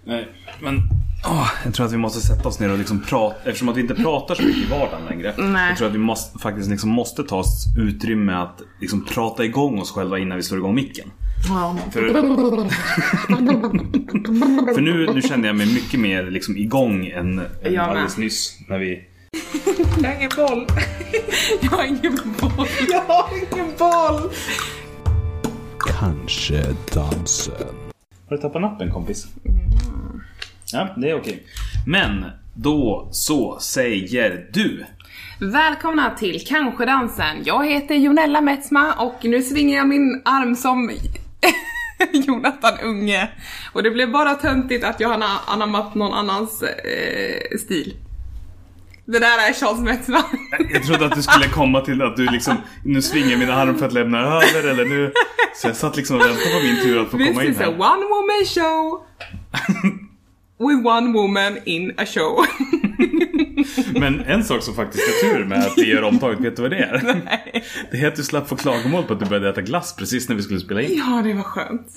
Nej, men jag tror att vi måste sätta oss ner och liksom prata. Eftersom att vi inte pratar så mycket i vardagen längre. Nej. Jag tror att vi faktiskt liksom måste ta oss utrymme att liksom prata igång oss själva innan vi slår igång micken. Ja. För nu känner jag mig mycket mer liksom igång än alldeles nyss när vi... Jag har ingen boll. Jag har ingen boll. Kanske dansen. Har du tappat nappen, kompis? Ja, det är okej. Men då så säger du. Välkomna till Kanske dansen. Jag heter Jonella Metsma och nu svingar jag min arm som Jonathan Unge. Och det blev bara töntigt att jag har anammat någon annans stil. Det där är Charles Metsma. Jag trodde att du skulle komma till att du liksom nu svingar min arm för att lämna över eller nu. Så jag satt liksom och väntade på min tur att få komma in här. This is a one woman show. With one woman in a show. Men en sak som faktiskt är tur med att vi gör omtaget, vet du vad det är? Nej. Det är att du slapp få klagomål på att du började äta glass precis när vi skulle spela in. Ja, det var skönt.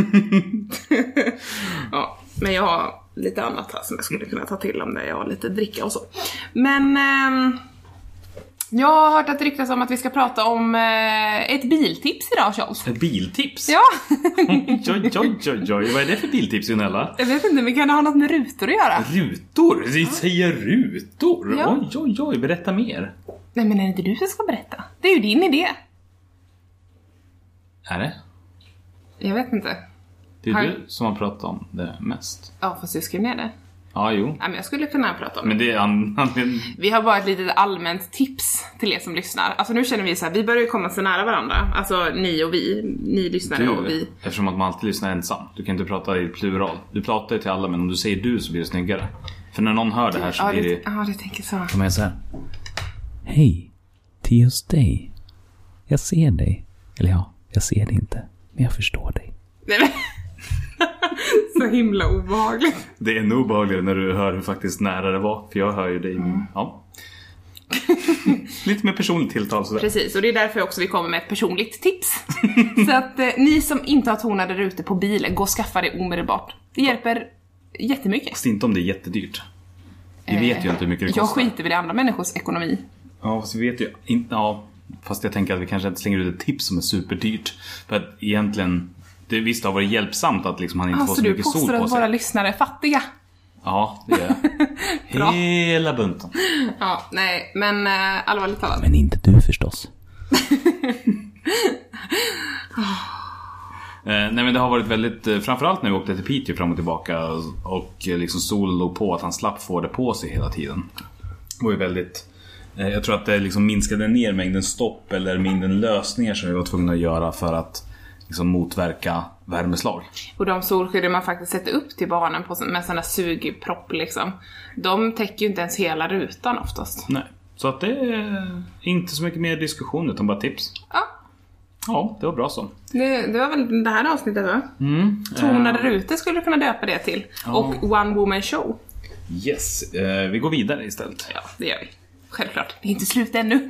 Ja, men jag har lite annat här som jag skulle kunna ta till om det. Jag har lite dricka och så. Men jag har hört att det ryktas om att vi ska prata om ett biltips idag, Charles. Ett biltips? Ja. Oj. Vad är det för biltips, Jonella? Jag vet inte, men kan det ha något med rutor att göra? Rutor? Vi säger rutor? Ja. Oj, berätta mer. Nej, men är det inte du som ska berätta? Det är ju din idé. Är det? Jag vet inte. Det är du som har pratat om det mest. Ja, fast du skrev ner det. Ja, jo. Ja, men jag skulle kunna prata om det. Men det är Vi har bara ett litet allmänt tips till er som lyssnar. Alltså nu känner vi så här, vi börjar ju komma så nära varandra. Alltså ni och vi, ni lyssnare och vi. Eftersom att man alltid lyssnar ensam. Du kan inte prata i plural. Du pratar ju till alla, men om du säger du så blir det snyggare. För när någon hör det här så blir det... Ja, det tänker så. Kom igen så här. Hej, till just dig. Jag ser dig. Eller ja, jag ser dig inte. Men jag förstår dig. Nej, men... Så himla obehagligt. Det är nog obehagligare när du hör hur faktiskt nära det var. För jag hör ju dig. Ja. Lite mer personligt tilltal sådär. Precis, och det är därför också vi kommer med ett personligt tips. Så att ni som inte har tonade rutor på bilen, gå och skaffa det omedelbart. Det hjälper jättemycket. Fast inte om det är jättedyrt. Vi vet ju inte hur mycket det kostar. Jag skiter vid det andra människors ekonomi. Ja, fast vi vet ju inte. Ja, fast jag tänker att vi kanske inte slänger ut ett tips som är superdyrt. För att egentligen, det visst har varit hjälpsamt att liksom han inte får så mycket sol på sig. Så du påstår att våra lyssnare är fattiga? Ja, det är Bra. Hela bunten. Ja, nej, men allvarligt talat. Men inte du förstås. Nej, men det har varit väldigt, framförallt när vi åkte till Piteå fram och tillbaka och liksom solen låg på, att han slapp få det på sig hela tiden. Det var ju väldigt, jag tror att det liksom minskade ner mängden stopp eller mängden lösningar som vi var tvungna att göra för att liksom motverka värmeslag. Och de solskyddar man faktiskt sätter upp till barnen på, med sådana sugpropp liksom, de täcker ju inte ens hela rutan oftast. Nej, så att det är inte så mycket mer diskussion utan bara tips. Ja, det var bra så. Det var väl det här avsnittet, va? Tonade rutor skulle du kunna döpa det till. Och one woman show. Yes, vi går vidare istället. Ja, det gör vi. Självklart, det är inte slut ännu.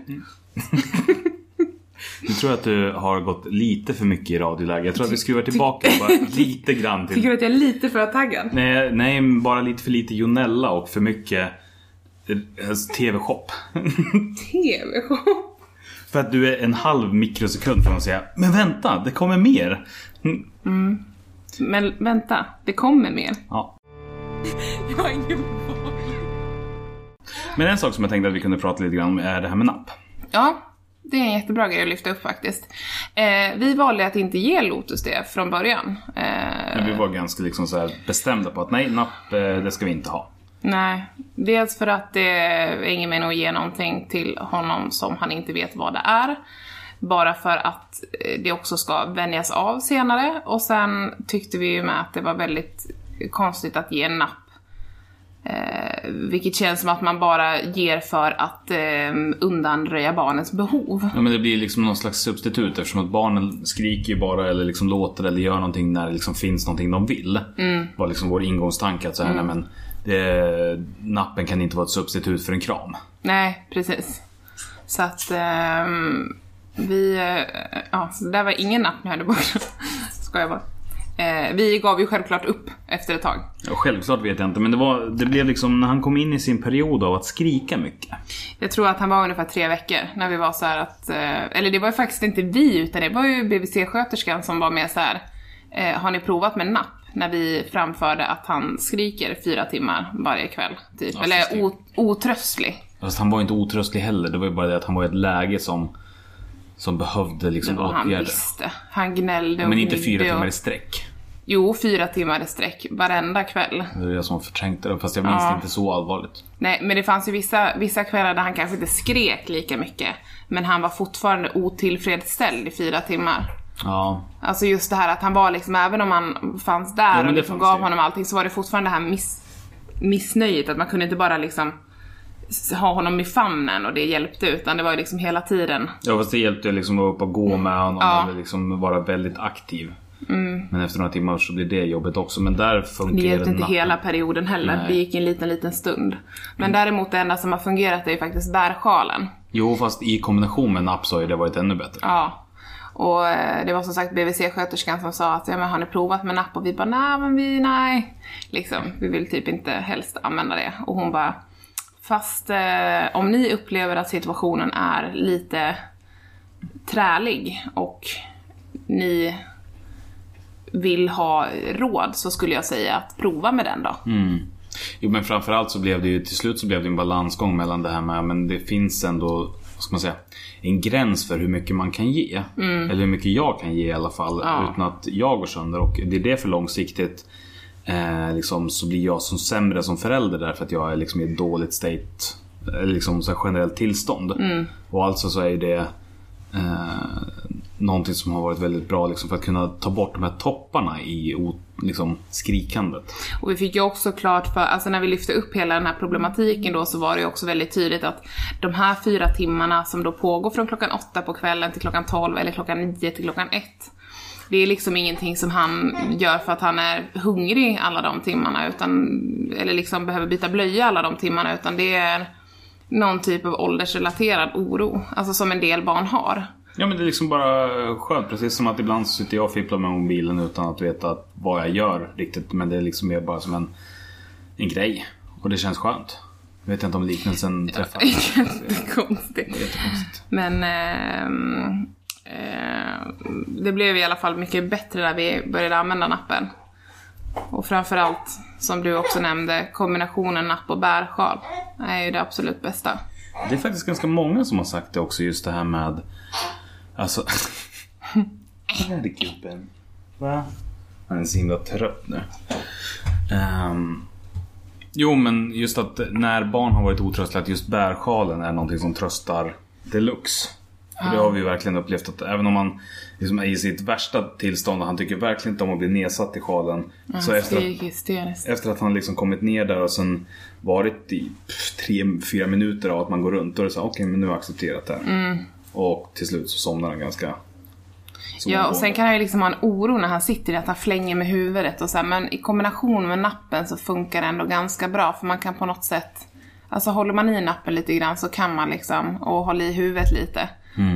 Jag tror att du har gått lite för mycket i radioläge. Jag tror att vi skruvar tillbaka bara lite grann till... Tycker du att jag är lite för taggad? Nej, bara lite för lite Jonella och för mycket TV-shop. TV-shop? För att du är en halv mikrosekund från att säga, men vänta, det kommer mer. Men vänta, det kommer mer. Ja. Jag har ingen boll. Men en sak som jag tänkte att vi kunde prata lite grann om är det här med napp. Ja, det är en jättebra grej att lyfta upp faktiskt. Vi valde att inte ge Lotus det från början. Men vi var ganska liksom så här bestämda på att nej, napp, det ska vi inte ha. Nej, dels för att det är ingen mening att ge någonting till honom som han inte vet vad det är. Bara för att det också ska vänjas av senare. Och sen tyckte vi ju med att det var väldigt konstigt att ge en napp. Vilket känns som att man bara ger för att undanröja barnens behov. Ja, men det blir liksom någon slags substitut eftersom att barnen skriker ju bara eller liksom låter eller gör någonting när det liksom finns någonting de vill. Var liksom vår ingångstanke att så här, nej, men nappen kan inte vara ett substitut för en kram. Nej, precis. Så att så där var ingen napp ni hade bort. Ska jag bara. Vi gav ju självklart upp efter ett tag. Ja, självklart vet jag inte, men det blev liksom när han kom in i sin period av att skrika mycket. Jag tror att han var ungefär 3 veckor när vi var så här att, eller det var ju faktiskt inte vi, utan det var ju BVC-sköterskan som var med så här. Har ni provat med napp? När vi framförde att han skriker 4 timmar varje kväll typ. Ja, eller otröstlig. Fast han var inte otröstlig heller. Det var ju bara det att han var i ett läge som behövde liksom åtgärder. Han visste. Han gnällde och men inte 4 timmar i sträck. Jo, 4 timmar i sträck varenda kväll. Det är jag som förträngte det, fast jag minns inte så allvarligt. Nej, men det fanns ju vissa kvällar där han kanske inte skrek lika mycket. Men han var fortfarande otillfredsställd i 4 timmar. Ja. Alltså just det här att han var liksom, även om han fanns där och liksom gav honom allting, så var det fortfarande det här missnöjet. Att man kunde inte bara liksom ha honom i famnen och det hjälpte, utan det var ju liksom hela tiden. Ja, fast det hjälpte liksom att vara upp och gå med honom eller liksom vara väldigt aktiv. Men efter några timmar så blir det jobbet också. Men där fungerar det hjälpte inte hela perioden heller. Nej. Det gick en liten stund. Men däremot det enda som har fungerat är ju faktiskt bärsjalen. Jo, fast i kombination med napp så har det varit ännu bättre. Ja. Och det var som sagt BVC-sköterskan som sa att ja, men har ni provat med napp? Och vi bara nej. Liksom, vi vill typ inte helst använda det. Och hon bara, fast om ni upplever att situationen är lite trälig och ni vill ha råd, så skulle jag säga att prova med den då. Jo, men framförallt så blev det ju till slut så blev det en balansgång mellan det här med, men det finns ändå, vad ska man säga, en gräns för hur mycket man kan ge. Eller hur mycket jag kan ge i alla fall, utan att jag går sönder. Och det är det för långsiktigt liksom, så blir jag som sämre som förälder därför att jag är liksom i ett dåligt state, liksom så här generellt tillstånd. Och alltså så är det någonting som har varit väldigt bra liksom, för att kunna ta bort de här topparna i liksom, skrikandet. Och vi fick ju också klart för, alltså när vi lyfte upp hela den här problematiken då, så var det ju också väldigt tydligt att de här 4 timmarna som då pågår från klockan 8 på kvällen till klockan 12 eller klockan 9 till klockan 1, det är liksom ingenting som han gör för att han är hungrig alla de timmarna, utan, eller liksom behöver byta blöja alla de timmarna, utan det är någon typ av åldersrelaterad oro, alltså som en del barn har. Ja, men det är liksom bara skönt, precis som att ibland så sitter jag och fipplar med mobilen utan att veta vad jag gör riktigt, men det är liksom mer bara som en grej, och det känns skönt. Jag vet inte om liknelsen träffar. Jättekonstigt. Men det blev i alla fall mycket bättre när vi började använda nappen. Och framförallt, som du också nämnde, kombinationen napp och bärsjal är ju det absolut bästa. Det är faktiskt ganska många som har sagt det också, just det här med, alltså herregubben, va? Han är så himla trött nu. Jo, men just att när barn har varit otröstliga, att just bärsjalen är någonting som tröstar deluxe. För det har vi verkligen upplevt, att även om man liksom är i sitt värsta tillstånd och han tycker verkligen inte om att bli nedsatt i sjalen, så efter att han liksom kommit ner där och sen varit i 3-4 minuter av att man går runt, då är det så okej, men nu har jag accepterat det här. Och till slut så somnar han ganska. Ja, och sen kan han ju liksom ha en oro när han sitter i att han flänger med huvudet och så här, men i kombination med nappen så funkar det ändå ganska bra, för man kan på något sätt, alltså håller man i nappen lite grann så kan man liksom, och hålla i huvudet lite,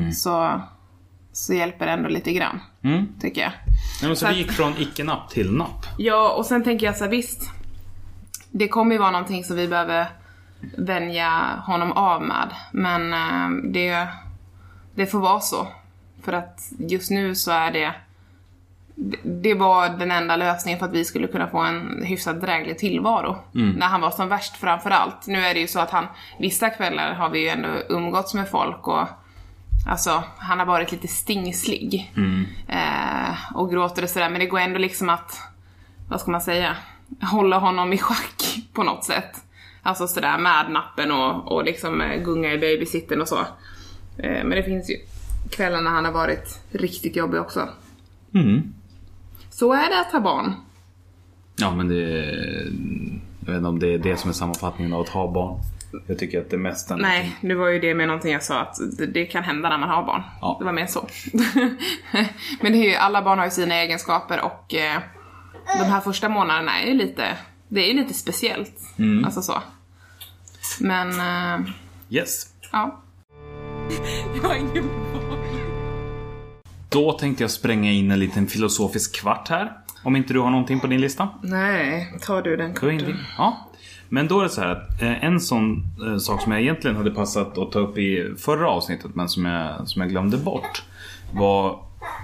så hjälper det ändå lite grann, tycker jag. Ja, men så det gick från icke-napp till napp. Ja, och sen tänker jag så här, visst, det kommer ju vara någonting som vi behöver vänja honom av med, men det får vara så. För att just nu så är det var den enda lösningen för att vi skulle kunna få en hyfsat dräglig tillvaro. När han var som värst framförallt. Nu är det ju så att vissa kvällar har vi ju ändå umgåtts med folk och alltså, han har varit lite stingslig. Och gråter och sådär, men det går ändå liksom att, vad ska man säga, hålla honom i schack på något sätt. Alltså sådär med nappen och liksom gunga i babysitten och så. Men det finns ju kvällen när han har varit riktigt jobbig också. Så är det att ha barn. Ja, men jag vet inte om det är det som är sammanfattningen av att ha barn. Jag tycker att det mesta... Nej, det var ju det med någonting jag sa, att det kan hända när man har barn. Ja. Det var mer så. Men det är ju, alla barn har ju sina egenskaper, och de här första månaderna är ju lite speciellt. Alltså så. Men... Yes. Ja. Jag har ingen barn. Då tänkte jag spränga in en liten filosofisk kvart här. Om inte du har någonting på din lista? Nej, tar du den korten? Ja. Men då är det så här att en sån sak som jag egentligen hade passat att ta upp i förra avsnittet, men som jag glömde bort, var...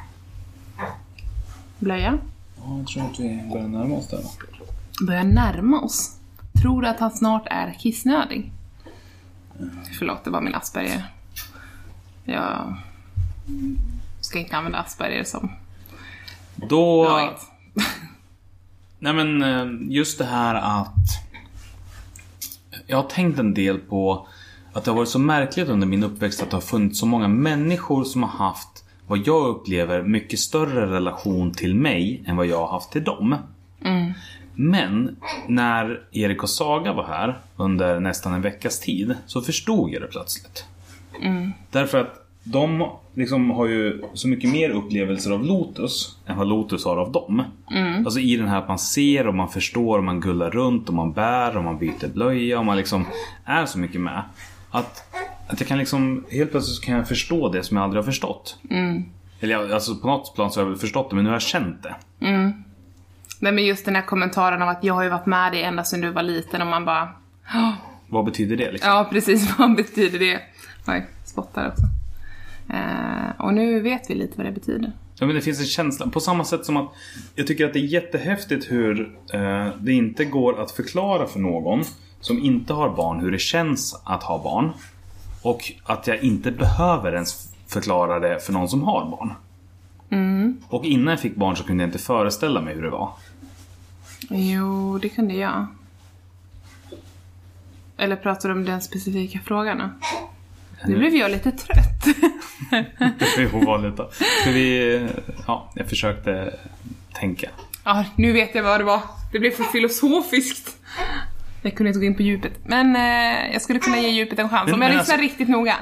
Blöja? Ja, jag tror att vi börjar närma oss där. Börjar närma oss? Tror du att han snart är kissnödig? Förlåt, det var min Asperger. Jag ska inte använda Asperger som... Då... Nej men just det här att... Jag har tänkt en del på att det har varit så märkligt under min uppväxt att det har funnits så många människor som har haft, vad jag upplever, mycket större relation till mig än vad jag har haft till dem. Men när Erik och Saga var här under nästan en veckas tid så förstod jag det plötsligt. Därför att de liksom har ju så mycket mer upplevelser av Lotus än vad Lotus har av dem. Alltså i den här att man ser och man förstår och man gullar runt och man bär och man byter blöja och man liksom är så mycket med. Att jag kan liksom, helt plötsligt så kan jag förstå det som jag aldrig har förstått. Eller alltså på något plan så har jag väl förstått det, men nu har jag känt det. Nej, men just den här kommentaren av att jag har ju varit med dig ända sedan du var liten och man bara... Vad betyder det liksom? Ja, precis, vad betyder det? Oj, spottar också. Och nu vet vi lite vad det betyder. Ja, men det finns en känsla på samma sätt som att jag tycker att det är jättehäftigt hur det inte går att förklara för någon som inte har barn hur det känns att ha barn, och att jag inte behöver ens förklara det för någon som har barn. Och innan jag fick barn så kunde jag inte föreställa mig hur det var. Jo, det kunde jag. Eller pratar du om den specifika frågan? Nu blev jag lite trött. Det är ovanligt då. Jag försökte tänka. Ja, nu vet jag vad det var. Det blev för filosofiskt. Jag kunde inte gå in på djupet. Men jag skulle kunna ge djupet en chans om jag lyssnar riktigt noga.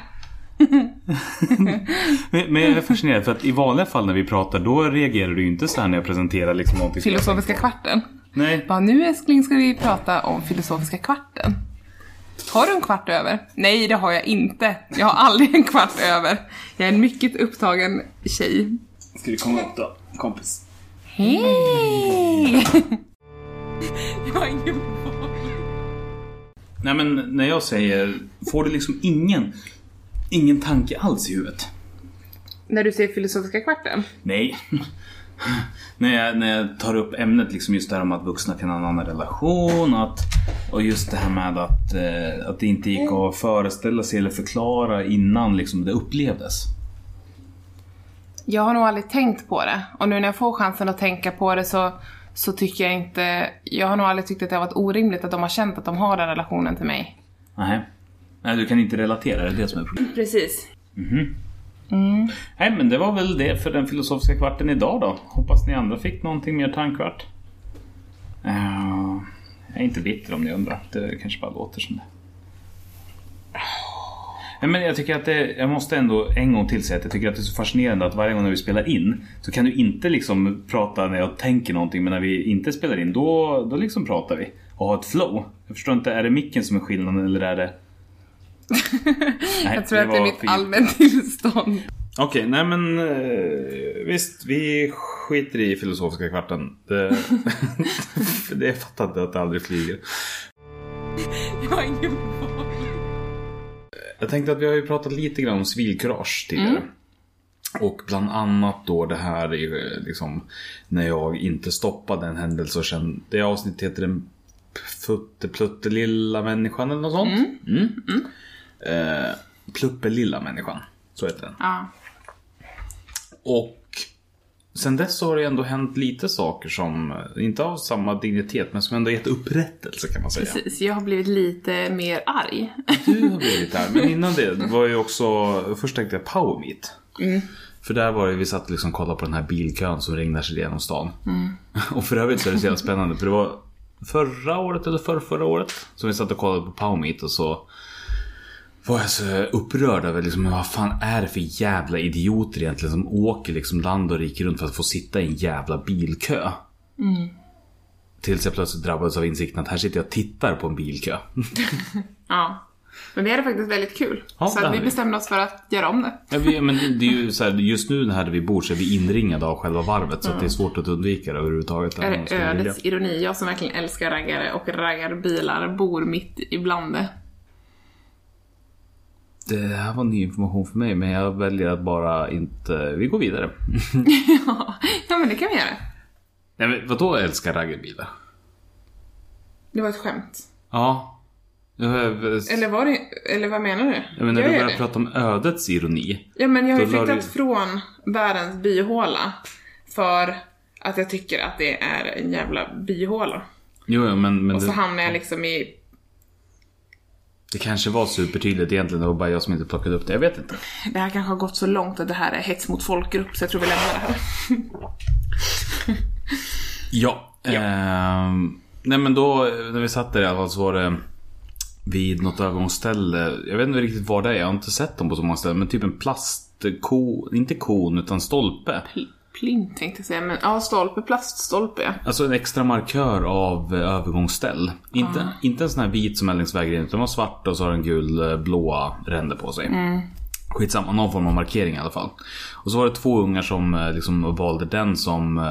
men jag är fascinerad för att i vanliga fall när vi pratar, då reagerar du ju inte så här när jag presenterar liksom någonting. Filosofiska kvarten. Nej. Bara, nu älskling ska vi prata om filosofiska kvarten. Har du en kvart över? Nej, det har jag inte. Jag har aldrig en kvart över. Jag är en mycket upptagen tjej. Ska vi komma upp då, kompis? Hej! Jag har ingen boll. Nej, men när jag säger, får du liksom ingen tanke alls i huvudet? När du säger filosofiska kvarten? Nej. när jag tar upp ämnet liksom just det här om att vuxna kan ha en annan relation, och just det här med att det inte gick att föreställa sig eller förklara innan liksom det upplevdes. Jag har nog aldrig tänkt på det. Och nu när jag får chansen att tänka på det så tycker jag inte... Jag har nog aldrig tyckt att det har varit orimligt att de har känt att de har den relationen till mig. Nej, du kan inte relatera, det är det som är problemet. Precis. Nej, men det var väl det för den filosofiska kvarten idag då. Hoppas ni andra fick någonting mer tankvart. Jag är inte bitter om ni undrar. Det kanske bara låter som det. Men jag tycker att jag måste ändå en gång till säga att jag tycker att det är så fascinerande att varje gång när vi spelar in så kan du inte liksom prata när jag tänker någonting, men när vi inte spelar in då liksom pratar vi och har ett flow. Jag förstår inte, är det micken som är skillnaden eller är det... Nej, jag tror att det är mitt allmänt tillstånd. Okej, nej men visst, vi skiter i filosofiska kvarten. Det är fattat att det aldrig flyger. Jag har ingen boll. Jag tänkte att vi har ju pratat lite grann om civilkurage tidigare. Och bland annat då det här är liksom när jag inte stoppade en händelse och kände, det avsnitt heter den pluttelilla människan eller något sånt. Pluppelilla människan, så heter den. Ja. Och sen dess så har det ändå hänt lite saker som inte av samma dignitet, men som ändå gett upprättelse, kan man säga. Precis, jag har blivit lite mer arg. Du har blivit arg, men innan det var ju också, först tänkte jag Power Meet. För där var det, vi satt liksom och kollade på den här bilkön som ringnar sig genom stan. Och för övrigt så är det så jävla spännande, för det var förra året eller förra året som vi satt och kollade på Power Meet, och så var jag så upprörd över liksom, vad fan är det för jävla idioter egentligen som åker liksom land och rike runt för att få sitta i en jävla bilkö. Tills jag plötsligt drabbades av insikten att här sitter jag och tittar på en bilkö. Ja. Men vi hade faktiskt väldigt kul. Ja, så att vi bestämde oss för att göra om det. Ja, men det är ju så här, just nu här där vi bor så är vi inringade av själva varvet. Så att det är svårt att undvika det överhuvudtaget. Är det ödets ironi? Jag som verkligen älskar raggare och raggarbilar bor mitt ibland det. Det här var ny information för mig. Men jag väljer att bara inte... Vi går vidare. Ja, men det kan vi göra. Nej, men vadå älskar raggarbilar? Det var ett skämt. Ja. Eller vad menar du? Ja, men när du börjar prata om ödets ironi. Ja, men jag har ju flyttat från världens byhåla för att jag tycker att det är en jävla byhåla. Jo, men och så hamnar jag liksom i... Det kanske var supertydligt egentligen. Det var bara jag som inte plockade upp det. Jag vet inte. Det här kanske har gått så långt att det här är hets mot folkgrupp. Så jag tror vi lämnar det här. Ja. Nej, men då när vi satt där i alla fall så var det vid något övergångsställe. Jag vet inte riktigt vad det är. Jag har inte sett dem på så många ställen. Men typ en plastkon. Inte kon utan stolpe. Plint tänkte jag säga. Men ja, stolpe, plaststolpe. Alltså en extra markör av övergångsställ. Inte en sån här vit som är längs vägen. Utan den var svart och så har en gul blåa ränder på sig. Skitsamma, någon form av markering i alla fall. Och så var det 2 ungar som liksom valde den som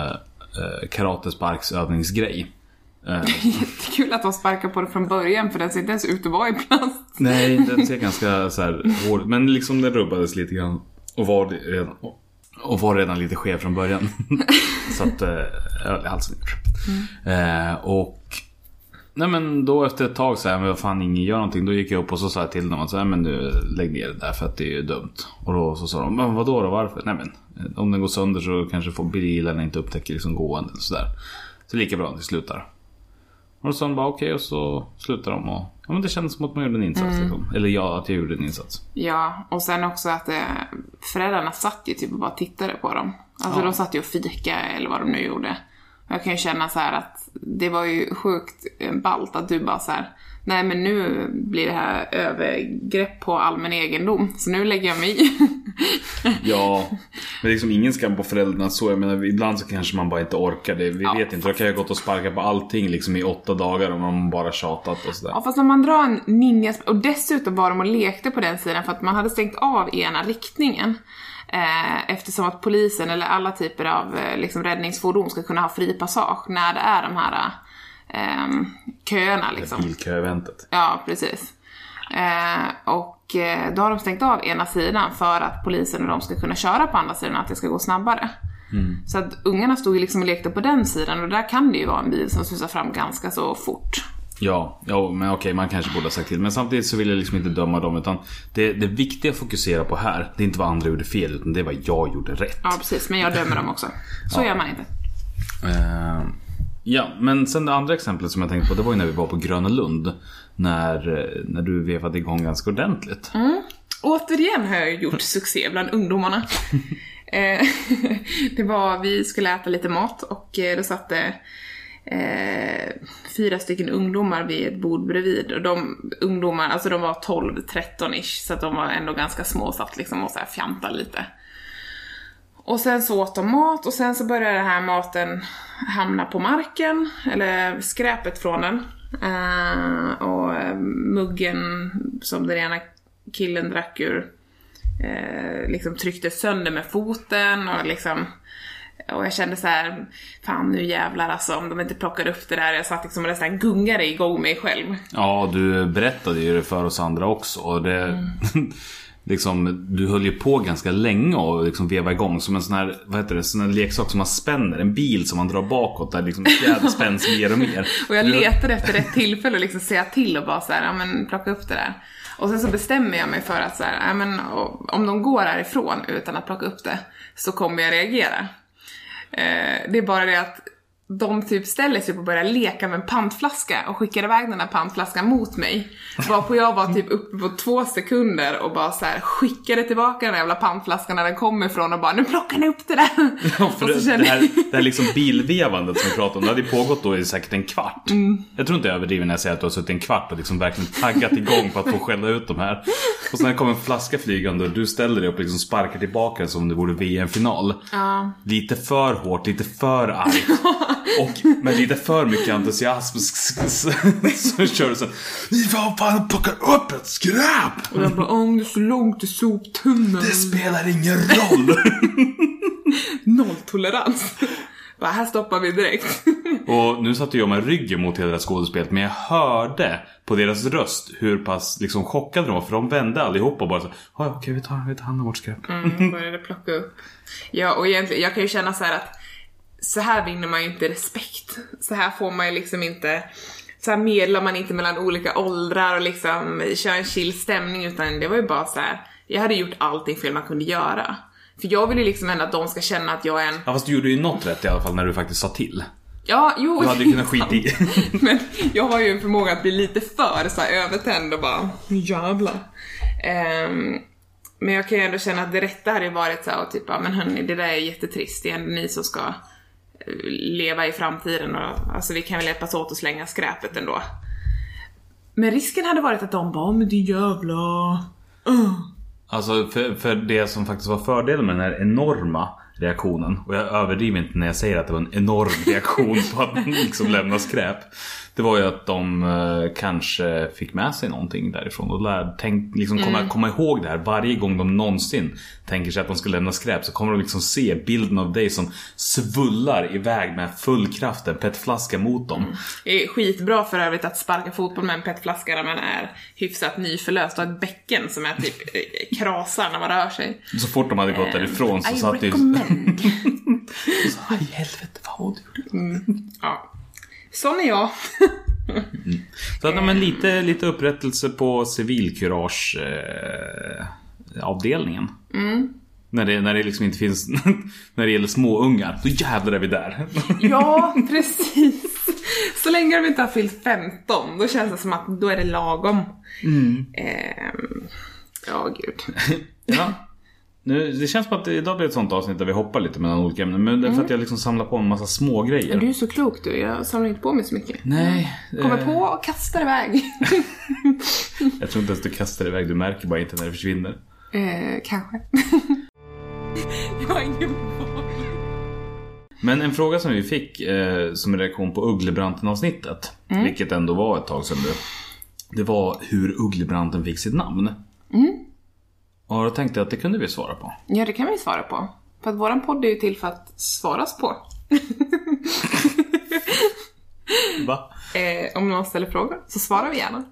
karatesparksövningsgrej. Jättekul att de sparkar på det från början. För den ser inte ens ut att vara i plast. Nej, den ser ganska så här hård. Men liksom den rubbades lite grann. Och var redan lite skev från början. Så att halsen och nej, men då efter ett tag så här, men vad fan, ingen gör någonting. Då gick jag upp och så sa jag till dem att så här, men nu lägg ner det där för att det är ju dumt. Och då så sa de, men vadå då, varför? Nej, men om den går sönder så kanske får bilen inte upptäcker liksom gående eller sådär. Så lika bra att det slutar. Och då sa de bara okej, och så slutar de och ja, men det kändes som att man gjorde en insats liksom. Eller ja, att jag gjorde en insats. Ja, och sen också att föräldrarna satt ju typ och bara tittade på dem. Alltså de satt ju och fika eller vad de nu gjorde. Jag kan ju känna så här att det var ju sjukt ballt att du bara så här, nej men nu blir det här övergrepp på allmän egendom. Så nu lägger jag mig i. Ja, men liksom ingen skam på föräldrarna så. Jag menar, ibland så kanske man bara inte orkar det. Vi vet inte, då kan jag gått och sparka på allting liksom i 8 dagar om man bara tjatat och sådär. Ja, fast när man drar en ninja. Och dessutom var de och lekte på den sidan för att man hade stängt av ena riktningen. Eftersom att polisen eller alla typer av liksom räddningsfordon ska kunna ha fri passage när det är de här köerna liksom. Bilköeventet. Ja, precis. Och då har de stängt av ena sidan för att polisen och de ska kunna köra på andra sidan, att det ska gå snabbare. Så att ungarna stod ju liksom och lekte på den sidan, och där kan det ju vara en bil som susar fram ganska så fort. Ja, men okej, man kanske borde ha sagt till. Men samtidigt så vill jag liksom inte döma dem, utan det viktiga att fokusera på här, det är inte vad andra gjorde fel, utan det är vad jag gjorde rätt. Ja, precis, men jag dömer dem också. Så gör man inte. Ja, men sen det andra exemplet som jag tänkte på, det var ju när vi var på Gröna Lund. När du vevade igång ganska ordentligt. Återigen har jag gjort succé bland ungdomarna. Det var, vi skulle äta lite mat och då satt det 4 stycken ungdomar vid ett bord bredvid. Och de ungdomar, alltså de var 12-13ish, så att de var ändå ganska små, satt liksom och så här fjantade lite. Och sen så åt de mat, och sen så började den här maten hamna på marken, eller skräpet från den. Och muggen som den ena killen drack ur liksom tryckte sönder med foten, och liksom, och jag kände så här, fan nu jävlar alltså, om de inte plockar upp det där. Jag satt liksom och nästan gungade igång mig själv. Ja, du berättade ju det för oss andra också, och det liksom, du höll ju på ganska länge och liksom veva igång som en sån här, vad heter det, sån här leksak som man spänner, en bil som man drar bakåt där liksom fjäder spänns mer och mer. Och jag letade efter ett tillfälle och liksom säga till och bara så här, ja men plocka upp det där. Och sen så bestämmer jag mig för att så här, ja men om de går härifrån utan att plocka upp det, så kommer jag reagera. Det är bara det att de typ ställer sig upp och börjar leka med en pantflaska och skickar iväg den här pantflaskan mot mig. Varpå jag var typ uppe på 2 sekunder och bara så här skickade tillbaka den jävla pantflaskan när den kommer ifrån och bara, nu plockar ni upp det där. Ja, för det här liksom bilvevandet som vi pratade om, det hade ju pågått då i säkert en kvart. Jag tror inte jag överdriver när jag säger att du har suttit en kvart och liksom verkligen taggat igång på att få skälla ut de här. Och sen kommer en flaska flygande och du ställer dig upp och liksom sparkar tillbaka som om det vore VM-final. Lite för hårt, lite för argt. Och med lite för mycket entusiasm så kör du så: ni var fan plockar upp ett skräp. Och jag bara, det är så långt till soptunnan. Det spelar ingen roll. Nolltolerans. Bara, här stoppar vi direkt. Och nu satt jag med ryggen mot hela det skådespelet, men jag hörde på deras röst hur pass liksom chockade de var, för de vände allihop och bara så: okej, vi tar hand om vårt skräp. Började plocka upp. Ja, och egentligen, jag kan ju känna så här att så här vinner man ju inte respekt. Så här får man ju liksom inte, så här medlar man inte mellan olika åldrar och liksom kör en chill stämning, utan det var ju bara så här, jag hade gjort allting fel man kunde göra. För jag vill ju liksom ändå att de ska känna att jag är en... Ja, fast du gjorde ju något rätt i alla fall när du faktiskt sa till. Ja, jo. Du hade ju kunnat skita i. Men jag har ju en förmåga att bli lite för så här övertänd och bara, jävlar. Men jag kan ju ändå känna att det rätta hade varit så här, och typ, men hörni, det där är jättetrist. Det är ändå ni som ska leva i framtiden. Och, alltså vi kan väl hjälpas åt att slänga skräpet ändå. Men risken hade varit att de bara, men det jävla... Alltså för det som faktiskt var fördelen med den här enorma reaktionen, och jag överdriver inte när jag säger att det var en enorm reaktion på att liksom lämna skräp, det var ju att de kanske fick med sig någonting därifrån och liksom komma ihåg det här. Varje gång de någonsin tänker sig att de ska lämna skräp, så kommer de liksom se bilden av dig som svullar iväg med full kraft en petflaska mot dem. Det är skitbra för övrigt att sparka fotboll med en petflaska när man är hyfsat nyförlöst och ett bäcken som är typ krasar när man rör sig. Så fort de hade gått därifrån så satt det ju... Så, aj helvete, vad du gjorde. Ja. Sån är jag. Så att men lite upprättelse på civilkurage avdelningen. När det liksom inte finns när det gäller små ungar, då jävlar är vi där. Ja, precis. Så länge de inte har fyllt 15, då känns det som att då är det lagom. Ja, gud. Ja. Nu, det känns som att idag blir ett sånt avsnitt där vi hoppar lite mellan olika ämnen. Men det är för att jag liksom samlar på en massa små grejer. Du är så klok du, jag samlar inte på mig så mycket. Nej. Kommer på och kastar iväg. Jag tror inte ens du kastar iväg, du märker bara inte när det försvinner. Kanske. Jag har ingen val. Men en fråga som vi fick som reaktion på Ugglebranten-avsnittet, vilket ändå var ett tag sedan nu, det var hur Ugglebranten fick sitt namn. Och då tänkte jag att det kunde vi svara på. Ja, det kan vi svara på. För att våran podd är ju till för att svaras på. Va? Om någon ställer frågor så svarar vi gärna.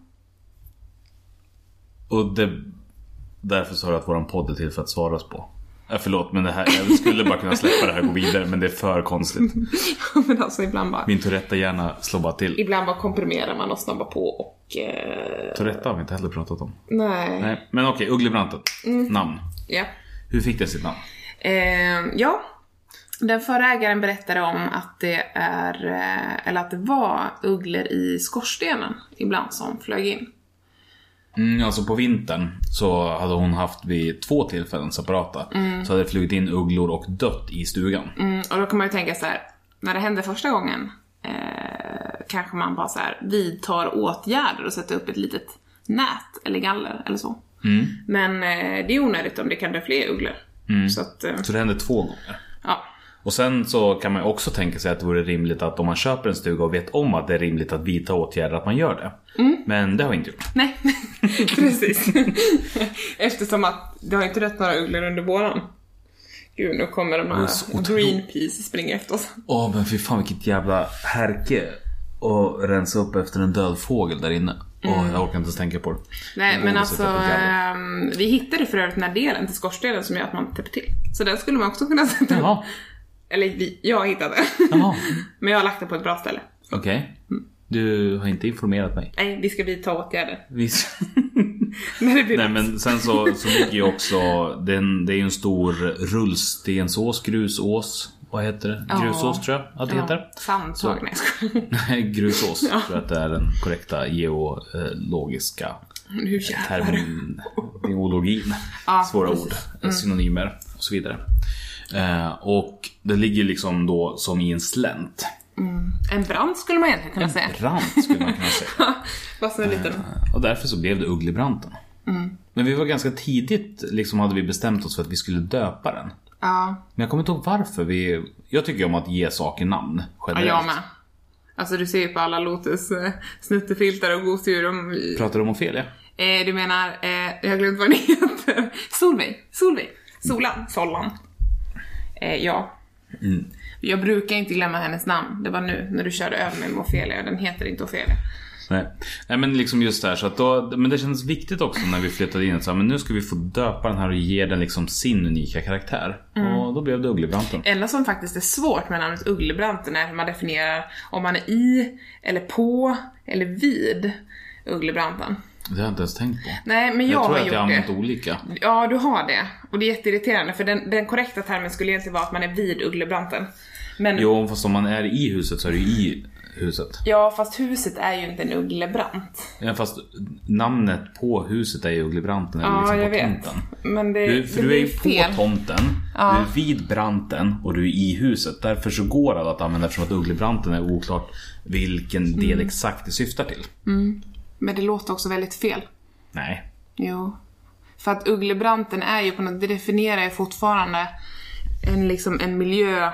Och därför sa du att våran podd är till för att svaras på. Förlåt, men det här, jag skulle bara kunna släppa det här och gå vidare, men det är för konstigt. Men alltså ibland bara... Min Tourette gärna slår bara till. Ibland bara komprimerar man och snabbar på och... Tourette har vi inte heller pratat om. Nej. Men okej, Ugglebranten. Namn. Ja. Hur fick det sitt namn? Ja. Den förra ägaren berättade om att det var ugglor i skorstenen ibland som flög in. Alltså på vintern så hade hon haft vid 2 tillfällen separata. Så hade det flugit in ugglor och dött i stugan. Och då kan man ju tänka så här, när det hände första gången kanske man bara så här vidtar åtgärder och sätter upp ett litet nät eller galler eller så. Men det är onödigt om det kan dö fler ugglor. Så det hände 2 gånger. Ja. Och sen så kan man också tänka sig att det vore rimligt att om man köper en stuga och vet om att det är rimligt att vidta åtgärder, att man gör det. Men det har vi inte gjort. Nej, precis. Eftersom att det har inte dött några ugglor under våren. Gud, nu kommer de här Greenpeace springa efter oss. Men fy fan vilket jävla härke och rensa upp efter en död fågel där inne. Jag orkar inte ens tänka på det. Nej, men alltså vi hittade för övrigt den här delen till skorstenen som gör att man täpper till. Så den skulle man också kunna sätta upp. Eller jag hittade. Men jag har lagt den på ett bra ställe. Okej. Du har inte informerat mig. Nej, vi ska vidta åtgärder. Nej, men sen så ligger ju också det är ju en stor rullstensås, grusås. Vad heter det? Grusås tror jag att det heter. Sandtåg, nej, grusås tror jag att det är den korrekta geologiska terminologin. Svåra ord, synonymer och så vidare. Och det ligger liksom då som i en slänt. En brant skulle man egentligen kunna säga. En brant skulle man kunna säga. Fast en liten. Och därför så blev det Ugglebranten. Men vi var ganska tidigt liksom hade vi bestämt oss för att vi skulle döpa den. Ja. Men jag kommer inte ihåg varför jag tycker om att ge saker namn generellt. Ja, jag med. Alltså du ser ju på alla Lotus snuttefiltar och gosedjur. Pratar du om Ofelia? Du menar, jag har glömt vad den heter. Sollan. Ja. Jag brukar inte glömma hennes namn. Det var nu när du körde över med Ofelia. Den heter inte Ofelia. Nej, men liksom just där så att då, men det känns viktigt också när vi flyttade in så här, men nu ska vi få döpa den här och ge den liksom sin unika karaktär. Och då blev det Ugglebranten. Enda som faktiskt är svårt med namnet Ugglebranten är hur man definierar om man är i eller på eller vid Ugglebranten. Det har jag inte ens tänkt på. Nej, men jag tror har att gjort jag har det. använt olika. Ja, du har det. Och det är jätteirriterande för den korrekta termen skulle egentligen vara att man är vid Ugglebranten. Men Jo, fast om man är i huset så är det ju i huset. ja, fast huset är ju inte en ugglebrant. Ja, fast namnet på huset är ju Ugglebranten. Eller liksom jag på vet. tomten. Men det Du är ju på tomten, du är vid branten och du är i huset. Därför så går alla att använda eftersom att Ugglebranten är oklart vilken del exakt det syftar till. Men det låter också väldigt fel. Nej. Jo. För att Ugglebranten är ju på något, det definierar ju fortfarande en miljö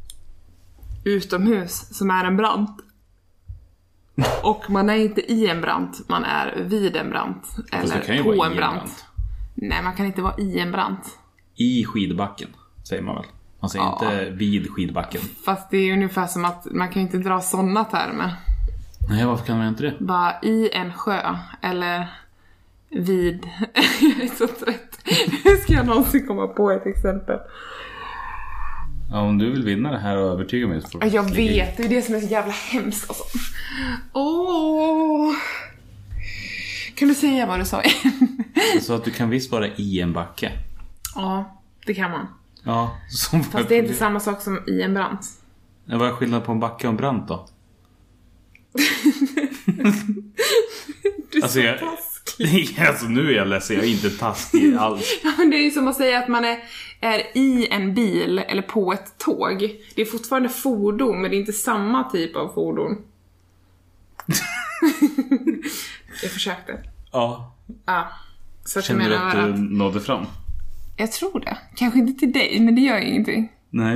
utomhus som är en brant. Och man är inte i en brant, man är vid en brant. Eller på en brant. Nej, man kan inte vara i en brant. I skidbacken, säger man väl. Man säger inte vid skidbacken. Fast det är ju ungefär som att man kan inte dra sådana termer. Nej, varför kan man inte det? Bara i en sjö, eller vid. Jag är så trött. Hur ska jag någonsin komma på ett exempel? Ja, om du vill vinna det här och övertyga mig så jag vet, det är det som är så jävla hemskt alltså. Kan du säga vad du sa igen? Så att du kan visst vara i en backe. Ja, det kan man. Ja, fast det är inte samma sak som i en brant. Vad är skillnaden på en backe och en brant då? Du är alltså, så taskig. Alltså nu är jag ledsen, jag är inte taskig alls. Ja, men det är ju som att säga att man är i en bil eller på ett tåg. Det är fortfarande fordon, men det är inte samma typ av fordon. Jag försökte. Ja. Så känner du att du nådde fram? Jag tror det. Kanske inte till dig, men det gör ingenting. Nej.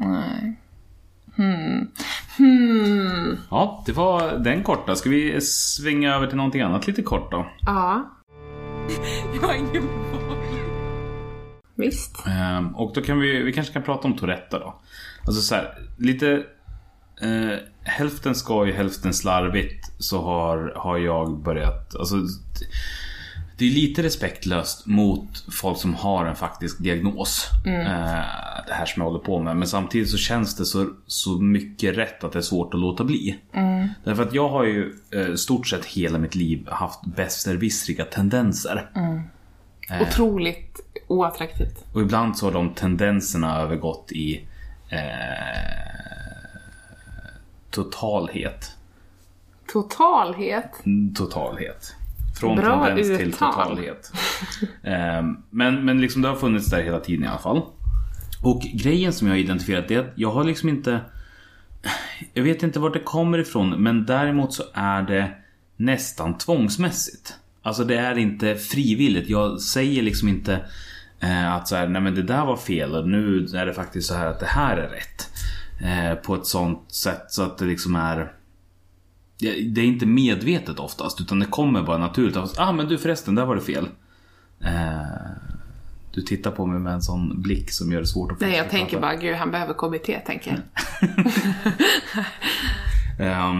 Ja, det var den korta. Ska vi svänga över till någonting annat lite kort då? Ja. Jag har ingen val. Visst. Och då kan vi kanske kan prata om Tourette då. Alltså så här, lite hälften skoj, hälften slarvigt så har jag börjat, alltså det är lite respektlöst mot folk som har en faktisk diagnos. Det här som jag håller på med. Men samtidigt så känns det så mycket rätt att det är svårt att låta bli. Därför att jag har ju stort sett hela mitt liv haft besserwissriga tendenser. Otroligt oattraktivt. Och ibland så har de tendenserna övergått i totalhet. Totalhet. Från bra tendens uttal. Till totalhet. Men liksom det har funnits där hela tiden i alla fall. Och grejen som jag har identifierat är att jag har liksom inte, jag vet inte vart det kommer ifrån, men däremot så är det nästan tvångsmässigt. Alltså det är inte frivilligt. Jag säger liksom inte att så här, nej men det där var fel och nu är det faktiskt så här att det här är rätt. På ett sånt sätt så att det liksom är, det är inte medvetet oftast, utan det kommer bara naturligt. Men du förresten, där var det fel. Du tittar på mig med en sån blick som gör det svårt att få. Nej, jag tänker bara, gud, han behöver kommitté, tänker jag.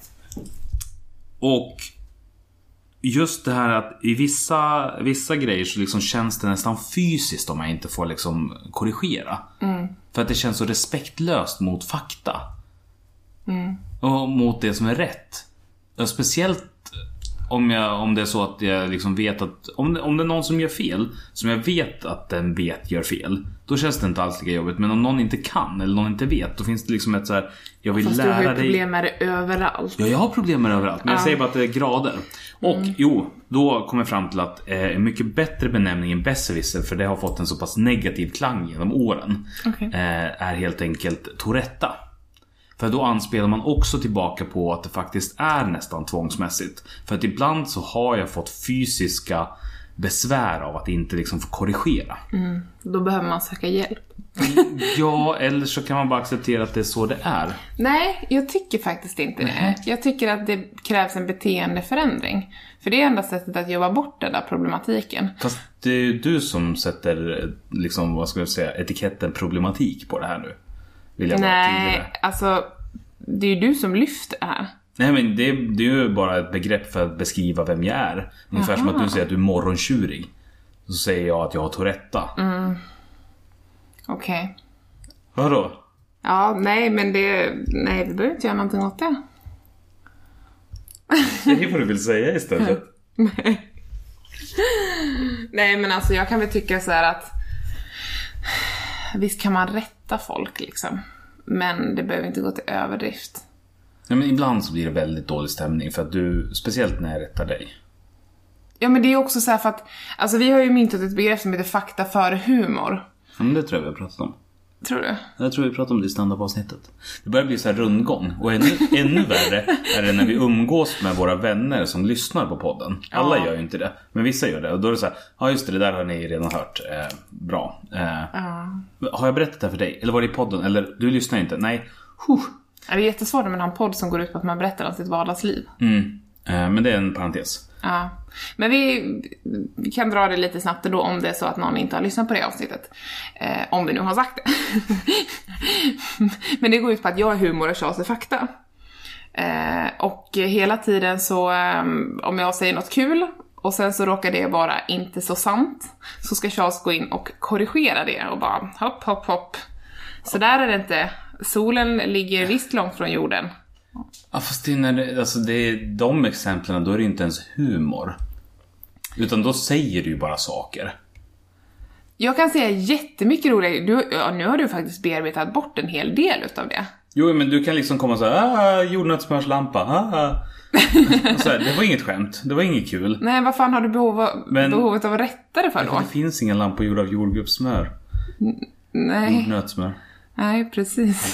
Och just det här att i vissa grejer så liksom känns det nästan fysiskt om jag inte får liksom korrigera. För att det känns så respektlöst mot fakta. Och mot det som är rätt. Och speciellt om det är så att jag liksom vet att om det är någon som gör fel, som jag vet att den vet gör fel, då känns det inte alls lika jobbigt. Men om någon inte kan eller någon inte vet, då finns det liksom ett så här, jag vill lära dig. Du har ju problem med det överallt. Ja, jag har problem med det överallt. Men jag säger bara att det är grader. Och då kommer jag fram till att en mycket bättre benämning än besserwisser, för det har fått en så pass negativ klang genom åren, är helt enkelt Touretta. För då anspelar man också tillbaka på att det faktiskt är nästan tvångsmässigt. För att ibland så har jag fått fysiska besvär av att inte liksom få korrigera. Då behöver man söka hjälp. Ja, eller så kan man bara acceptera att det är så det är. Nej, jag tycker faktiskt inte det. Jag tycker att det krävs en beteendeförändring. För det är enda sättet att jobba bort den där problematiken. Fast det är ju du som sätter liksom, vad ska jag säga, etiketten problematik på det här nu. Vill jag vara tydlig med. Alltså det är ju du som lyfter det här. Nej, men det är ju bara ett begrepp för att beskriva vem jag är. Ungefär som att du säger att du är morgontjurig. Så säger jag att jag har Tourette. Okej. Vadå? Ja, nej, men nej, vi behöver inte göra någonting åt det. Det är vad du vill säga istället. Nej, men alltså jag kan väl tycka så här att visst kan man rätta folk liksom. Men det behöver inte gå till överdrift. Nej, men ibland så blir det väldigt dålig stämning för att du, speciellt när jag rättar dig. Ja, men det är också så här för att alltså vi har ju myntat ett begrepp som heter fakta före humor. Ja, men det tror jag vi har pratat om. Tror du? Jag tror vi pratade om det i standardavsnittet. Det börjar bli så här rundgång. Och ännu värre är det när vi umgås med våra vänner som lyssnar på podden. Alla gör ju inte det, men vissa gör det. Och då är det så här, ja just det där har ni redan hört. Bra. Har jag berättat det för dig? Eller var det i podden? Eller du lyssnar inte? Nej. Det är jättesvårt med en podd som går ut på att man berättar om sitt vardagsliv. Men det är en parentes. Ja, men vi kan dra det lite snabbt då om det är så att någon inte har lyssnat på det avsnittet. Om vi nu har sagt det. Men det går ut på att jag är humor och Charles är fakta. Och hela tiden så om jag säger något kul och sen så råkar det vara inte så sant, så ska Charles gå in och korrigera det och bara hopp, hopp, hopp. Så där är det inte. Solen ligger visst långt från jorden. Ja, fast det är de exemplen, då är det inte ens humor. Utan då säger du ju bara saker. Jag kan säga jättemycket roligt. Nu har du faktiskt bearbetat bort en hel del utav det. Jo, men du kan liksom komma så här, jordnötssmörslampa. Så här, det var inget skämt, det var inget kul. Nej, vad fan har du behovet av att rätta det för då? Det finns ingen lampa gjord av jordgubbssmör. Nej. Jordnötssmör. Nej, precis.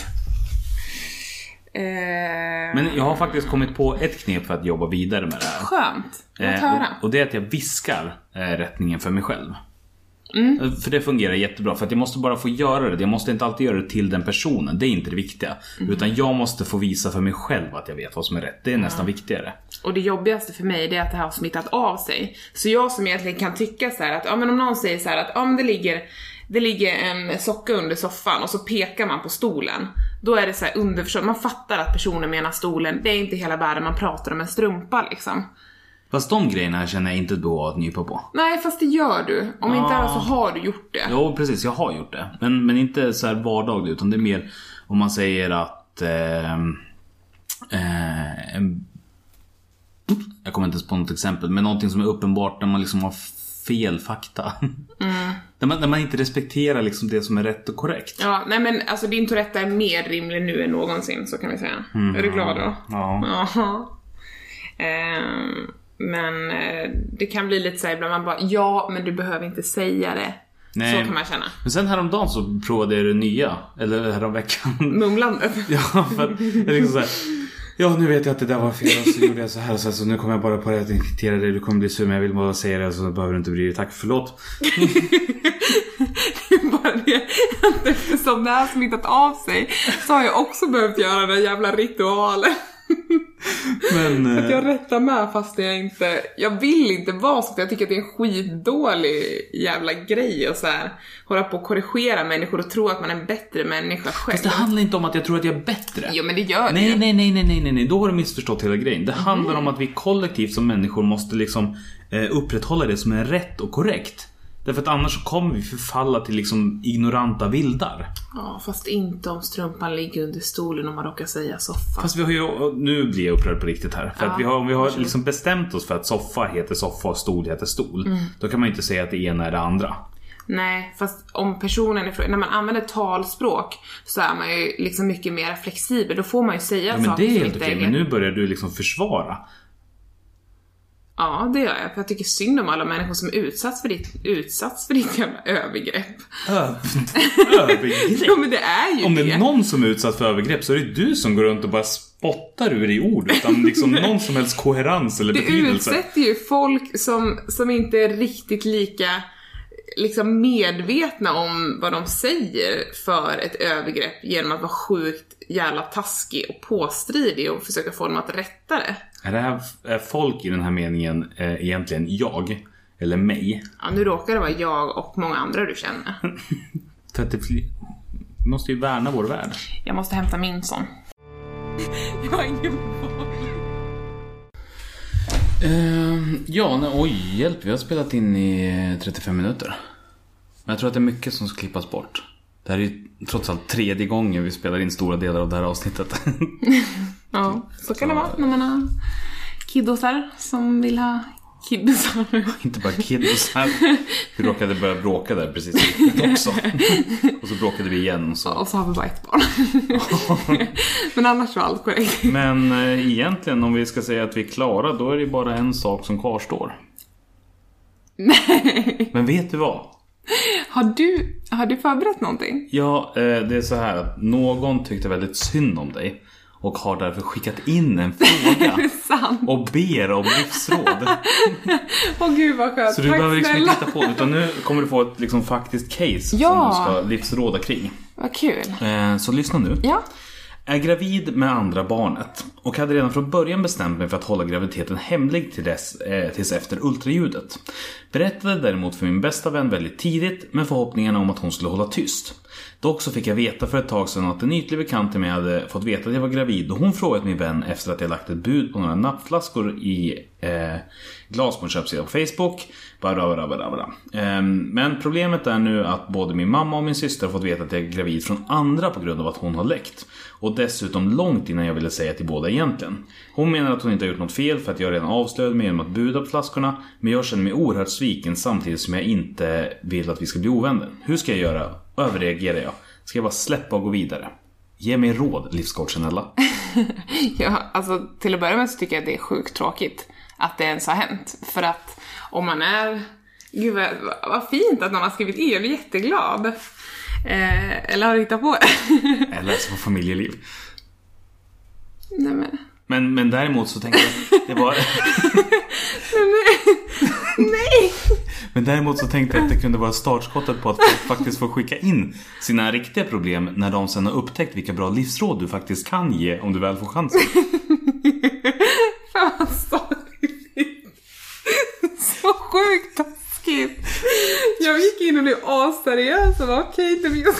Men jag har faktiskt kommit på ett knep för att jobba vidare med det här. Skönt, låt höra. Och det är att jag viskar rättningen för mig själv. För det fungerar jättebra. För att jag måste bara få göra det. Jag måste inte alltid göra det till den personen. Det är inte det viktiga. Utan jag måste få visa för mig själv att jag vet vad som är rätt. Det är nästan viktigare. Och det jobbigaste för mig är att det här har smittat av sig. Så jag som egentligen kan tycka så här att men om någon säger så här att men det ligger en socka under soffan och så pekar man på stolen. Då är det så här underförstått. Man fattar att personen menar stolen. Det är inte hela världen, man pratar om en strumpa liksom. Fast de grejerna känner jag inte ett behov av att nypa på. Nej, fast det gör du. Om inte annars så har du gjort det. Jo, precis, jag har gjort det. Men inte så här vardagligt, utan det är mer om man säger att jag kommer inte på något exempel, men någonting som är uppenbart när man liksom har fel fakta. Där man inte respekterar liksom det som är rätt och korrekt. Ja, nej men alltså din Tourette är mer rimlig nu än någonsin, så kan vi säga. Är du glad då? Ja. Men det kan bli lite så här ibland man bara, men du behöver inte säga det. Nej. Så kan man känna. Men sen häromdagen så provade jag det nya. Eller häromveckan. Mumlandet. Ja, för att jag liksom så här, ja, nu vet jag att det där var fel. Och så gjorde jag så här. Så nu kommer jag bara på att irritera dig. Du kommer bli sur, men jag vill bara säga det. Så behöver du inte bry dig. Tack, förlåt. Det är bara det att eftersom det här smittat av sig så har jag också behövt göra den jävla ritualen. Men, att jag rättar med fast jag vill inte vara så, för jag tycker att det är en skitdålig jävla grej och så här hålla på att korrigera människor och tro att man är en bättre människa själv. Fast det handlar inte om att jag tror att jag är bättre. Jo, men det gör det. Nej, då har du missförstått hela grejen. Det handlar om att vi kollektivt som människor måste liksom upprätthålla det som är rätt och korrekt. Därför att annars kommer vi förfalla till liksom ignoranta vildar. Ja, fast inte om strumpan ligger under stolen och man råkar säga soffa. Fast vi har ju, nu blir jag upprörd på riktigt här. För att vi har liksom bestämt oss för att soffa heter soffa och stol heter stol. Då kan man ju inte säga att det ena är det andra. Nej, fast om personen när man använder talspråk så är man ju liksom mycket mer flexibel. Då får man ju säga saker. Men det är helt okej, men nu börjar du liksom försvara. Ja, det gör jag. För jag tycker synd om alla människor som utsatts för ditt jävla övergrepp. Övergrepp? Ja, men det är ju om det är någon som är utsatt för övergrepp så är det du som går runt och bara spottar ur i ord utan liksom någon som helst koherens eller betydelse. Det utsätter ju folk som inte är riktigt lika liksom medvetna om vad de säger för ett övergrepp genom att vara sjukt jävla taskig och påstridig och försöka få dem att rätta det. Är folk i den här meningen egentligen jag eller mig? Ja, nu råkar det vara jag och många andra du känner. För att vi måste ju värna vår värld. Jag måste hämta min sån. Jag har ingen boll. Oj, hjälp. Vi har spelat in i 35 minuter. Men jag tror att det är mycket som ska klippas bort. Det här är ju trots allt 3:e gången vi spelar in stora delar av det här avsnittet. Ja, så kan det vara när man har kiddosar som vill ha kiddosar. Inte bara kiddosar. Vi råkade börja bråka där precis också. Och så bråkade vi igen. Och så har vi bara ett barn. Men annars var allt korrekt. Men egentligen om vi ska säga att vi är klara, då är det bara en sak som kvarstår. Nej. Men vet du vad? Har du förberett någonting? Ja, det är så här att någon tyckte väldigt synd om dig och har därför skickat in en fråga och ber om livsråd. Åh gud vad skönt. Så du behöver liksom inte titta på det, utan nu kommer du få ett liksom faktiskt case som du ska livsråda kring. Vad kul. Så lyssna nu. Ja. Är gravid med andra barnet och hade redan från början bestämt mig för att hålla graviditeten hemlig tills efter ultraljudet. Berättade däremot för min bästa vän väldigt tidigt med förhoppningen om att hon skulle hålla tyst. Dock så fick jag veta för ett tag sedan att en ytlig bekant till mig hade fått veta att jag var gravid och hon frågat min vän efter att jag lagt ett bud på några nappflaskor i glas på en köpsida på Facebook. Men problemet är nu att både min mamma och min syster har fått veta att jag är gravid från andra på grund av att hon har läckt. Och dessutom långt innan jag ville säga till båda egentligen. Hon menar att hon inte har gjort något fel för att jag redan avslöjade mig genom att buda på flaskorna. Men jag känner mig oerhört sviken samtidigt som jag inte vill att vi ska bli ovänner. Hur ska jag göra? Överreagerar jag? Ska jag bara släppa och gå vidare? Ge mig råd, livscoachen Ella. Ja, alltså till att börja med så tycker jag att det är sjukt tråkigt att det ens har hänt. För att om man är... Gud vad fint att någon har skrivit in. Jag blir jätteglad. Eller har du hittat på det? Jag läser på familjeliv. Nej men däremot så tänkte jag det var... Nej. Men däremot så tänkte jag att det kunde vara startskottet på att folk faktiskt får skicka in sina riktiga problem när de sen har upptäckt vilka bra livsråd du faktiskt kan ge om du väl får chansen. Fan vad sorgligt. Så sjukt taskigt. Jag gick in och blev aseriös och var okej, men jag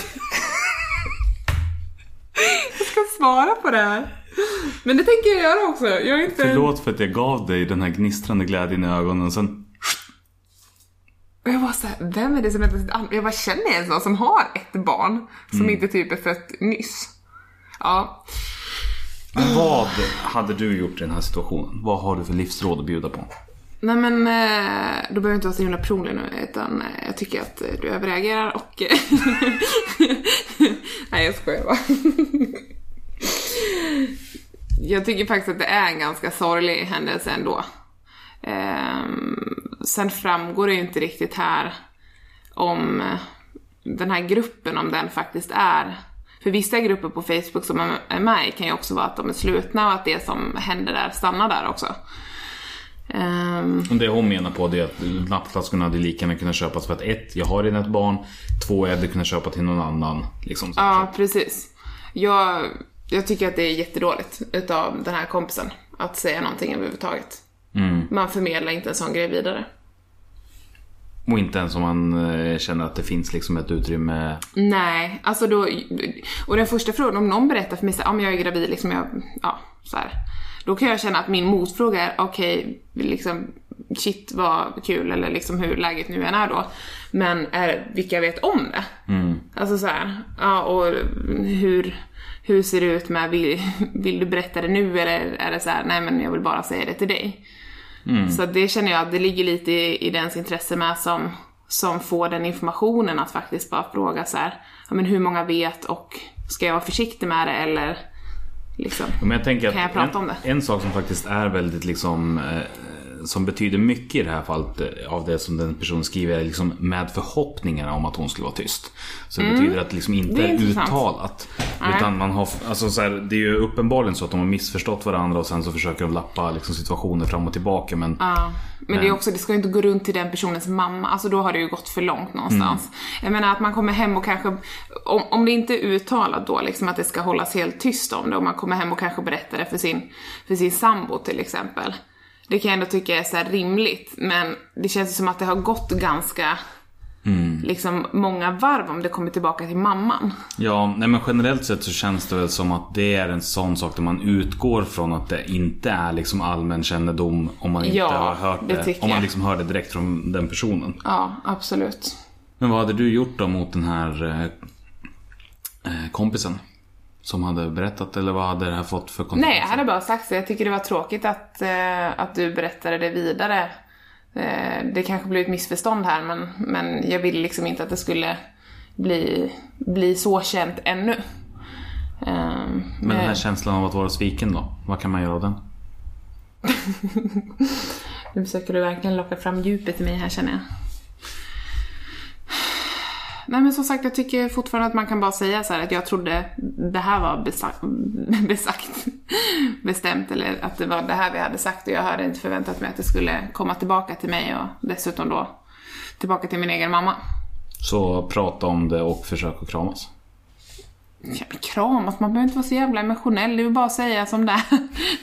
ska svara på det här. Men det tänker jag göra också. Jag är inte... Förlåt för att jag gav dig den här gnistrande glädjen i ögonen sen. Och jag var så här, vem är det som heter... Jag bara känner en sån som har ett barn som inte typ är fött nyss. Ja. Men vad hade du gjort i den här situationen? Vad har du för livsråd att bjuda på? Nej men, då behöver jag inte vara så himla personlig nu, utan jag tycker att du överreagerar och... Nej, jag skojar bara. Jag tycker faktiskt att det är en ganska sorglig händelse ändå. Sen framgår det ju inte riktigt här om den här gruppen, om den faktiskt är... För vissa grupper på Facebook som är med kan ju också vara att de är slutna och att det som händer där stannar där också. Det hon menar på det är att nappflaskorna hade lika gärna kunnat köpas för att 1, jag har redan ett barn, 2, jag hade kunnat köpa till någon annan liksom, så ja, precis. Jag tycker att det är jättedåligt utav den här kompisen att säga någonting överhuvudtaget. Man förmedlar inte en sån grej vidare. Och inte ens om man känner att det finns liksom ett utrymme. Nej, alltså då... Och den första frågan, om någon berättar för mig så här, jag är gravid liksom, så här. Då kan jag känna att min motfråga är okej, liksom, shit vad kul, eller liksom hur läget nu än är då. Men vilka vet om det? Alltså så här, ja, och hur ser det ut med, vill du berätta det nu, eller är det så här, nej men jag vill bara säga det till dig. Så det känner jag att det ligger lite i dens intresse med som får den informationen att faktiskt bara fråga så här, ja, men hur många vet och ska jag vara försiktig med det, eller liksom, men jag tänker kan jag prata om det? En sak som faktiskt är väldigt liksom som betyder mycket i det här fallet av det som den personen skriver är liksom med förhoppningarna om att hon skulle vara tyst. Så det betyder att det liksom inte är uttalat. Utan man har, alltså så här, det är ju uppenbarligen så att de har missförstått varandra och sen så försöker de lappa liksom situationer fram och tillbaka. Men det är också, det ska ju inte gå runt till den personens mamma. Alltså då har det ju gått för långt någonstans. Jag menar att man kommer hem och kanske, om det inte är uttalat då liksom att det ska hållas helt tyst om det, och man kommer hem och kanske berättar det för sin sambo till exempel. Det kan jag ändå tycka är så här rimligt, men det känns som att det har gått ganska liksom många varv om det kommer tillbaka till mamman. Ja, nej, men generellt sett så känns det väl som att det är en sån sak där man utgår från att det inte är liksom allmän kännedom om man inte har hört det, om man liksom hör det direkt från den personen. Ja, absolut. Men vad hade du gjort då mot den här kompisen som hade berättat, eller vad hade det här fått för konsekvenser? Nej, jag hade bara sagt så. Jag tycker det var tråkigt att du berättade det vidare. Det kanske blev ett missförstånd här, men jag ville liksom inte att det skulle bli så känt ännu. Men den här känslan av att vara sviken då, vad kan man göra av den? Nu försöker du verkligen locka fram djupet i mig här, känner jag. Nej, men som sagt, jag tycker fortfarande att man kan bara säga så här att jag trodde det här var bestämt, eller att det var det här vi hade sagt, och jag hade inte förväntat mig att det skulle komma tillbaka till mig och dessutom då tillbaka till min egen mamma. Så prata om det och försök att kramas. Ja, men kramas, man behöver inte vara så jävla emotionell, det vill bara säga som det är.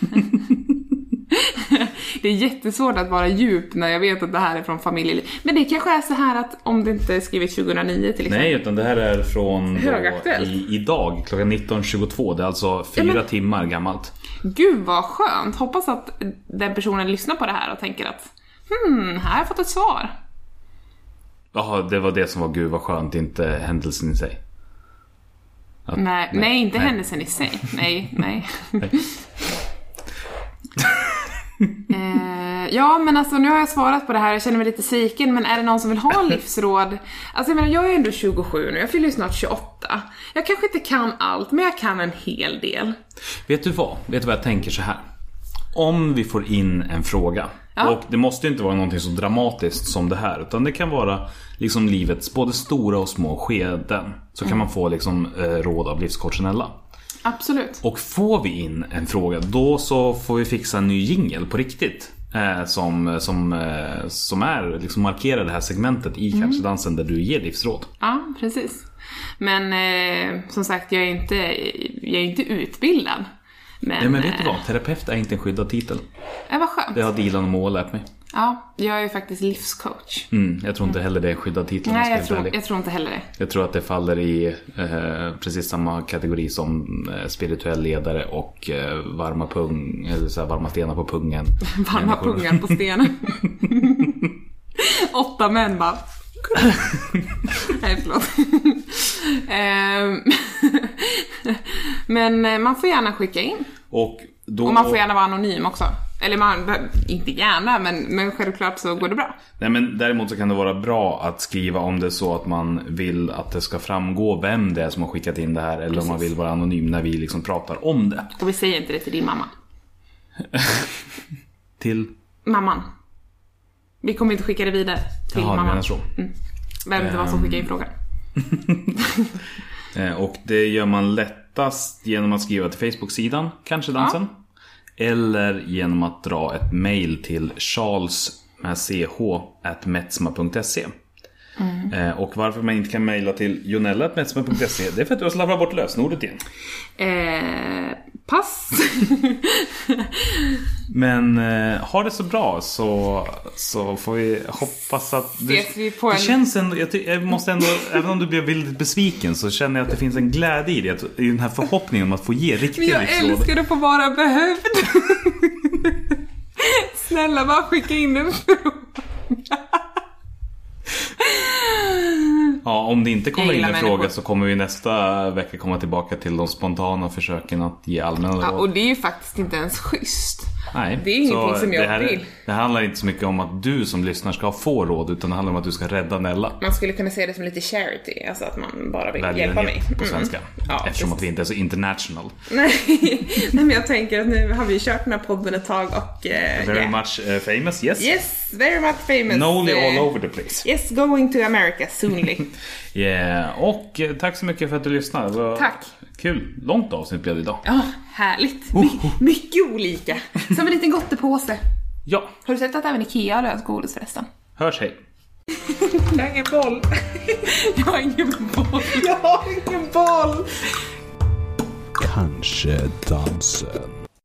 Det är jättesvårt att vara djup när jag vet att det här är från familjeliv. Men det kanske är så här att om det inte är skrivet 2009 till exempel. Nej, utan det här är från idag klockan 19:22. Det är alltså 4 timmar gammalt. Gud vad skönt. Hoppas att den personen lyssnar på det här och tänker att här har jag fått ett svar. Jaha, det var det som var gud vad skönt, inte händelsen i sig. Nej, inte händelsen i sig. Nej. Ja, men alltså nu har jag svarat på det här. Jag känner mig lite siken, men är det någon som vill ha livsråd? Alltså jag menar, jag är ändå 27 nu. Jag fyller ju snart 28. Jag kanske inte kan allt, men jag kan en hel del. Vet du vad jag tänker så här? Om vi får in en fråga, och det måste inte vara någonting så dramatiskt som det här, utan det kan vara liksom livets både stora och små skeden, så kan man få liksom råd av livscoachinella. Absolut. Och får vi in en fråga, då så får vi fixa en ny jingle på riktigt, som är liksom markerar det här segmentet i Kanske dansen där du ger livsråd. Ja, precis. Men som sagt, jag är inte utbildad. Men vet du vad? Terapeut är inte en skyddad titel. Vad skönt. Det har Dilan och Moa lärt mig. Ja, jag är ju faktiskt livscoach. Jag tror inte heller det är en skyddad titel. Nej, jag tror inte heller det. Jag tror att det faller i precis samma kategori som spirituell ledare och varma pung, eller så här, varma stenar på pungen. Varma pungar på stenen. 8 män bara. Nej, förlåt. Men man får gärna skicka in. Och man får gärna vara anonym också. Eller inte gärna, men självklart så går det bra. Nej, men däremot så kan det vara bra att skriva om det så att man vill att det ska framgå vem det är som har skickat in det här. Eller om man vill vara anonym när vi liksom pratar om det. Och vi säger inte det till din mamma. Till? Mamman. Vi kommer inte skicka det vidare till mamman. Vem det var som skickade in frågan. Och det gör man lättast genom att skriva till Facebook-sidan Kanske dansen. Eller genom att dra ett mejl till charles@metsma.se. Och varför man inte kan mejla till jonella@metsma.se, det är för att du har slarvat bort lösenordet igen. Pass. Men ha det så bra, så får vi hoppas att det känns ändå, jag måste ändå, även om du blir väldigt besviken, så känner jag att det finns en glädje i den här förhoppningen om att få ge riktiga livsråd. Jag älskar att få vara behövd. Snälla, bara skicka in en fråga. Ja, om det inte kommer in en fråga så kommer vi nästa vecka komma tillbaka till de spontana försöken att ge allmänna råd. Och det är ju faktiskt inte ens schysst Nej, det är ingenting som jag vill. Det handlar inte så mycket om att du som lyssnar ska få råd, utan det handlar om att du ska rädda Nella. Man skulle kunna se det som lite charity, alltså att man bara vill hjälpa mig. På svenska. Ja, eftersom att vi inte är så international. Nej, men jag tänker att nu har vi kört den här podden ett tag och... very much famous, yes? Yes, very much famous. Nolly all over the place. Yes, going to America soonly. Yeah, och tack så mycket för att du lyssnade. Tack. Kul, långt avsnitt blev det idag. Ja, härligt. Mycket olika. Som en liten gottepåse. Ja. Har du sett att även Ikea har löst godis förresten? Hörs, hej. Jag har ingen boll. Jag har ingen boll. Kanske dansen.